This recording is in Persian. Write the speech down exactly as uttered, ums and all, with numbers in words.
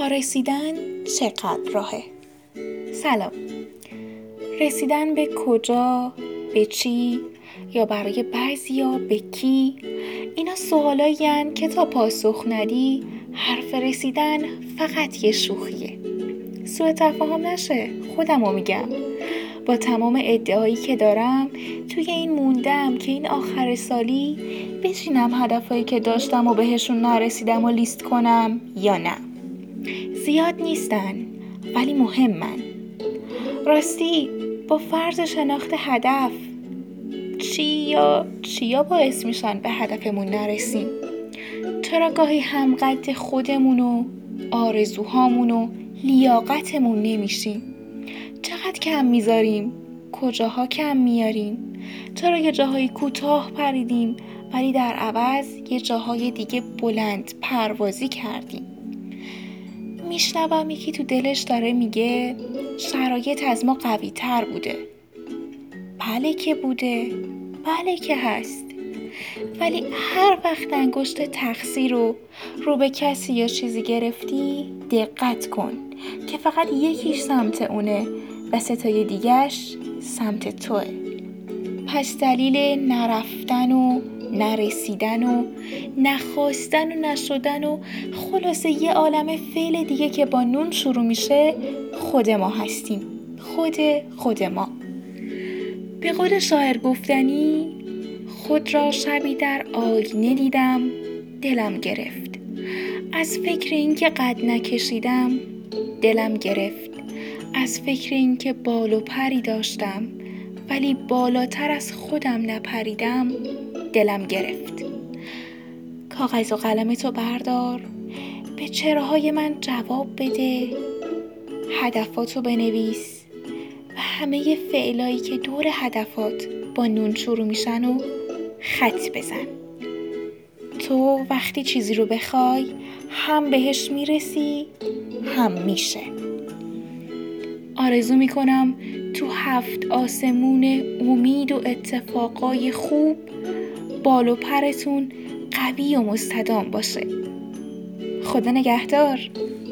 تا رسیدن چقدر راهه؟ سلام. رسیدن به کجا، به چی، یا برای بعضیا به کی؟ اینا سوالایی هن که تا پاسخ ندی حرف رسیدن فقط یه شوخیه. سوء تفاهم نشه، خودمو میگم. با تمام ادعایی که دارم توی این موندم که این آخر سالی بشینم هدفهایی که داشتم و بهشون نرسیدم و لیست کنم یا نه. زیاد نیستن ولی مهمن. راستی با فرض شناخت هدف چی یا چیا باعث میشن به هدفمون نرسیم؟ چرا گاهی هم قد خودمون و آرزوهامون و لیاقتمون نمیشیم؟ چقدر کم میذاریم؟ کجاها کم میاریم؟ چرا یه جاهای کوتاه پریدیم ولی در عوض یه جاهای دیگه بلند پروازی کردیم؟ میشنوم یکی تو دلش داره میگه شرایط از ما قوی تر بوده. بله که بوده، بله که هست. ولی هر وقت انگشت تقصیر رو رو به کسی یا چیزی گرفتی دقت کن که فقط یکیش سمت اونه و ستای دیگش سمت توه. پس دلیل نرفتن و نرسیدن و نخواستن و نشدن و خلاصه یه عالم فعل دیگه که با نون شروع میشه خود ما هستیم. خود خود ما. به قول شاعر گفتنی خود را شبی در آینه دیدم دلم گرفت. از فکر این که قد نکشیدم دلم گرفت. از فکر این که بال و پری داشتم ولی بالاتر از خودم نپریدم دلم گرفت. کاغذ و قلمتو بردار، به چراهای من جواب بده، هدفاتو بنویس و همه فعلایی که دور هدفات با نون شروع میشن و خط بزن. تو وقتی چیزی رو بخوای هم بهش میرسی هم میشه. آرزو میکنم تو هفت آسمون امید و اتفاقای خوب بال و پرتون قوی و مستدام باشه. خدا نگهدار.